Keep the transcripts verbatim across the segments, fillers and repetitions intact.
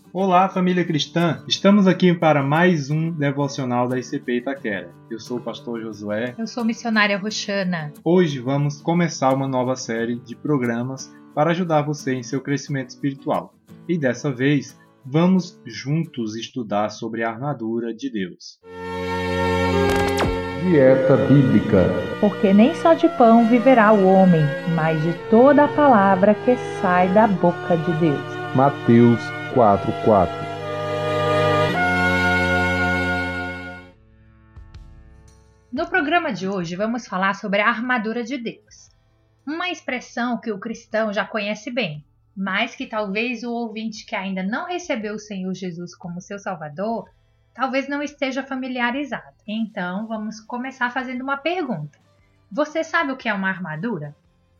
Olá, família cristã! Estamos aqui para mais um devocional da I C P Itaquera. Eu sou o pastor Josué. Eu sou missionária Roxana. Hoje vamos começar uma nova série de programas para ajudar você em seu crescimento espiritual. E dessa vez, vamos juntos estudar sobre a armadura de Deus. Dieta Bíblica. Porque nem só de pão viverá o homem, mas de toda a palavra que sai da boca de Deus. Mateus quatro, quatro. No programa de hoje vamos falar sobre a armadura de Deus. Uma expressão que o cristão já conhece bem, mas que talvez o ouvinte que ainda não recebeu o Senhor Jesus como seu Salvador, talvez não esteja familiarizado. Então vamos começar fazendo uma pergunta. Você sabe o que é uma armadura?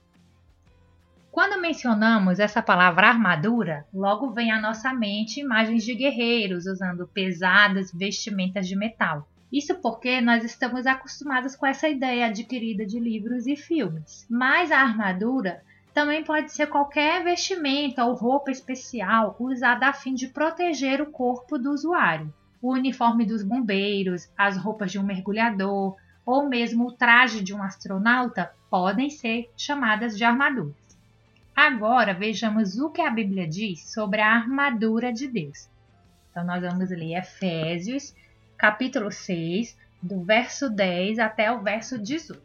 Quando mencionamos essa palavra armadura, logo vem à nossa mente imagens de guerreiros usando pesadas vestimentas de metal. Isso porque nós estamos acostumados com essa ideia adquirida de livros e filmes. Mas a armadura também pode ser qualquer vestimenta ou roupa especial usada a fim de proteger o corpo do usuário. O uniforme dos bombeiros, as roupas de um mergulhador ou mesmo o traje de um astronauta podem ser chamadas de armaduras. Agora vejamos o que a Bíblia diz sobre a armadura de Deus. Então nós vamos ler Efésios, capítulo seis, do verso dez até o verso dezoito.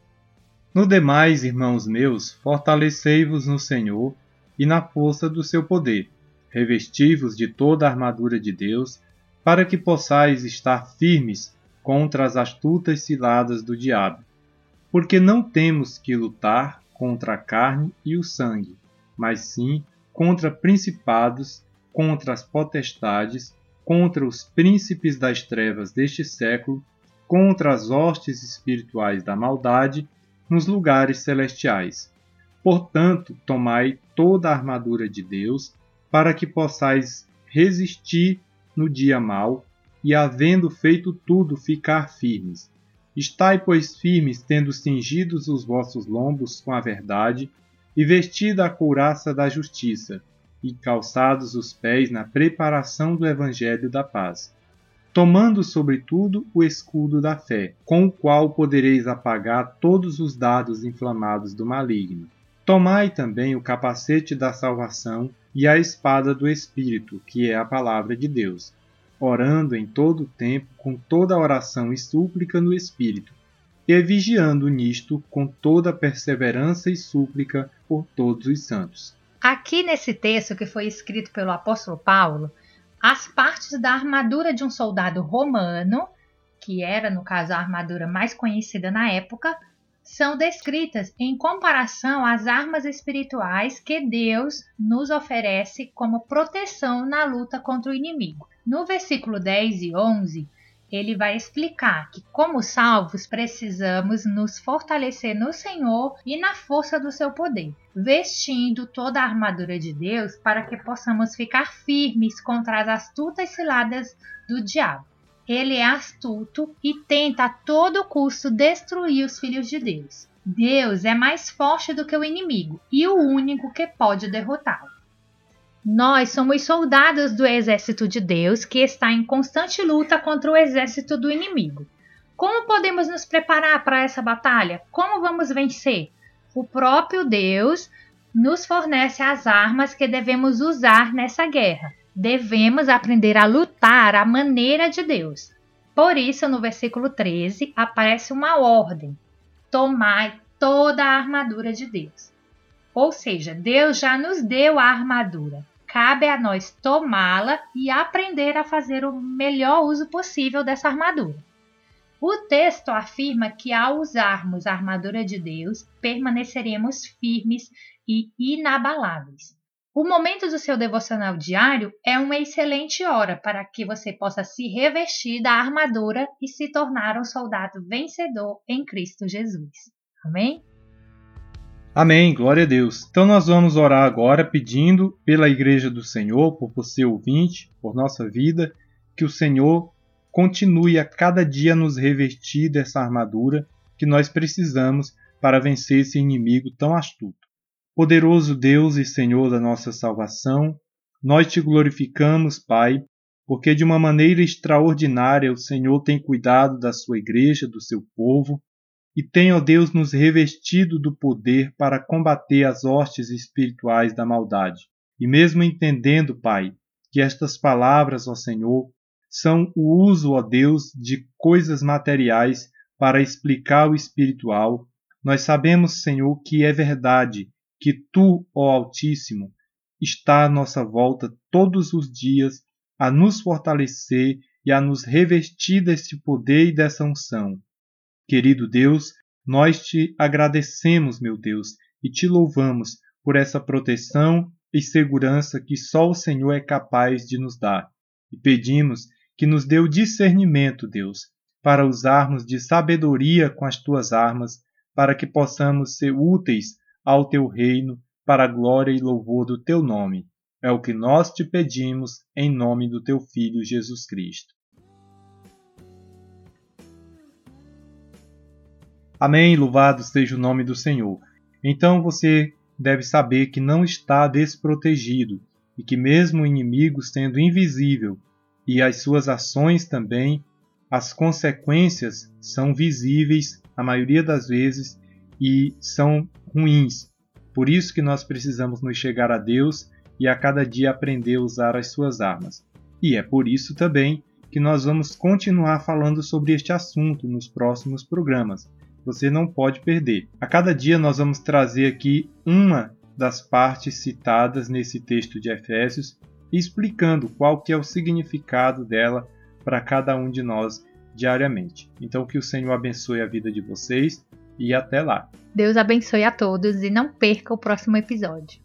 No demais, irmãos meus, fortalecei-vos no Senhor e na força do seu poder. Revesti-vos de toda a armadura de Deus, para que possais estar firmes contra as astutas ciladas do diabo. Porque não temos que lutar contra a carne e o sangue, mas sim contra principados, contra as potestades, contra os príncipes das trevas deste século, contra as hostes espirituais da maldade nos lugares celestiais. Portanto, tomai toda a armadura de Deus, para que possais resistir no dia mau, e havendo feito tudo, ficar firmes. Estai, pois, firmes, tendo cingidos os vossos lombos com a verdade, e vestida a couraça da justiça, e calçados os pés na preparação do evangelho da paz. Tomando, sobretudo, o escudo da fé, com o qual podereis apagar todos os dardos inflamados do maligno. Tomai também o capacete da salvação e a espada do Espírito, que é a palavra de Deus, orando em todo o tempo com toda oração e súplica no Espírito, e vigiando nisto com toda perseverança e súplica por todos os santos. Aqui nesse texto que foi escrito pelo apóstolo Paulo, as partes da armadura de um soldado romano, que era, no caso, a armadura mais conhecida na época, são descritas em comparação às armas espirituais que Deus nos oferece como proteção na luta contra o inimigo. No versículo dez e onze, ele vai explicar que, como salvos, precisamos nos fortalecer no Senhor e na força do seu poder, vestindo toda a armadura de Deus para que possamos ficar firmes contra as astutas ciladas do diabo. Ele é astuto e tenta a todo custo destruir os filhos de Deus. Deus é mais forte do que o inimigo e o único que pode derrotá-lo. Nós somos soldados do exército de Deus que está em constante luta contra o exército do inimigo. Como podemos nos preparar para essa batalha? Como vamos vencer? O próprio Deus nos fornece as armas que devemos usar nessa guerra. Devemos aprender a lutar à maneira de Deus. Por isso, no versículo treze, aparece uma ordem: tomai toda a armadura de Deus. Ou seja, Deus já nos deu a armadura. Cabe a nós tomá-la e aprender a fazer o melhor uso possível dessa armadura. O texto afirma que ao usarmos a armadura de Deus, permaneceremos firmes e inabaláveis. O momento do seu devocional diário é uma excelente hora para que você possa se revestir da armadura e se tornar um soldado vencedor em Cristo Jesus. Amém? Amém, glória a Deus. Então nós vamos orar agora pedindo pela Igreja do Senhor, por você ouvinte, por nossa vida, que o Senhor continue a cada dia nos revestir dessa armadura que nós precisamos para vencer esse inimigo tão astuto. Poderoso Deus e Senhor da nossa salvação, Nós te glorificamos, Pai, porque de uma maneira extraordinária o Senhor tem cuidado da sua igreja, do seu povo, e tem, ó Deus, nos revestido do poder para combater as hostes espirituais da maldade. E mesmo entendendo, Pai, que estas palavras, ó Senhor, são o uso, ó Deus, de coisas materiais para explicar o espiritual, nós sabemos, Senhor, que é verdade, que Tu, ó Altíssimo, está à nossa volta todos os dias a nos fortalecer e a nos revestir desse poder e dessa unção. Querido Deus, nós te agradecemos, meu Deus, e te louvamos por essa proteção e segurança que só o Senhor é capaz de nos dar. E pedimos que nos dê o discernimento, Deus, para usarmos de sabedoria com as tuas armas, para que possamos ser úteis ao teu reino, para a glória e louvor do teu nome. É o que nós te pedimos em nome do teu Filho Jesus Cristo. Amém, louvado seja o nome do Senhor. Então você deve saber que não está desprotegido e que mesmo o inimigo sendo invisível e as suas ações também, as consequências são visíveis a maioria das vezes e são ruins. Por isso que nós precisamos nos chegar a Deus e a cada dia aprender a usar as suas armas. E é por isso também que nós vamos continuar falando sobre este assunto nos próximos programas. Você não pode perder. A cada dia nós vamos trazer aqui uma das partes citadas nesse texto de Efésios, explicando qual que é o significado dela para cada um de nós diariamente. Então que o Senhor abençoe a vida de vocês e até lá. Deus abençoe a todos e não perca o próximo episódio.